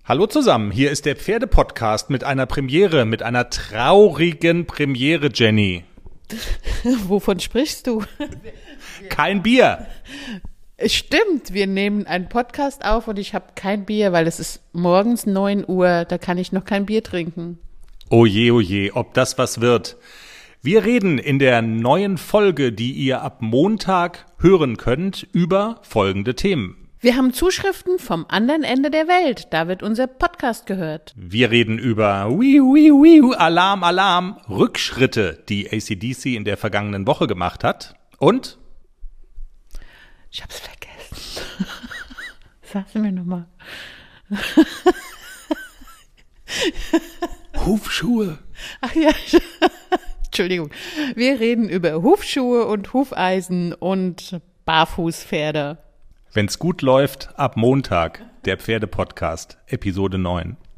Hallo zusammen, hier ist der Pferde-Podcast mit einer Premiere, mit einer traurigen Premiere, Jenny. Wovon sprichst du? Kein Bier. Es stimmt, wir nehmen einen Podcast auf und ich habe kein Bier, weil es ist morgens 9 Uhr, da kann ich noch kein Bier trinken. Oh je, ob das was wird. Wir reden in der neuen Folge, die ihr ab Montag hören könnt, über folgende Themen. Wir haben Zuschriften vom anderen Ende der Welt, da wird unser Podcast gehört. Wir reden über Alarm, Rückschritte, die AC/DC in der vergangenen Woche gemacht hat. Und? Ich hab's vergessen. Sag's mir nochmal. Hufschuhe. Ach ja, Entschuldigung. Wir reden über Hufschuhe und Hufeisen und Barfußpferde. Wenn's gut läuft, ab Montag, der Pferde-Podcast, Episode 9.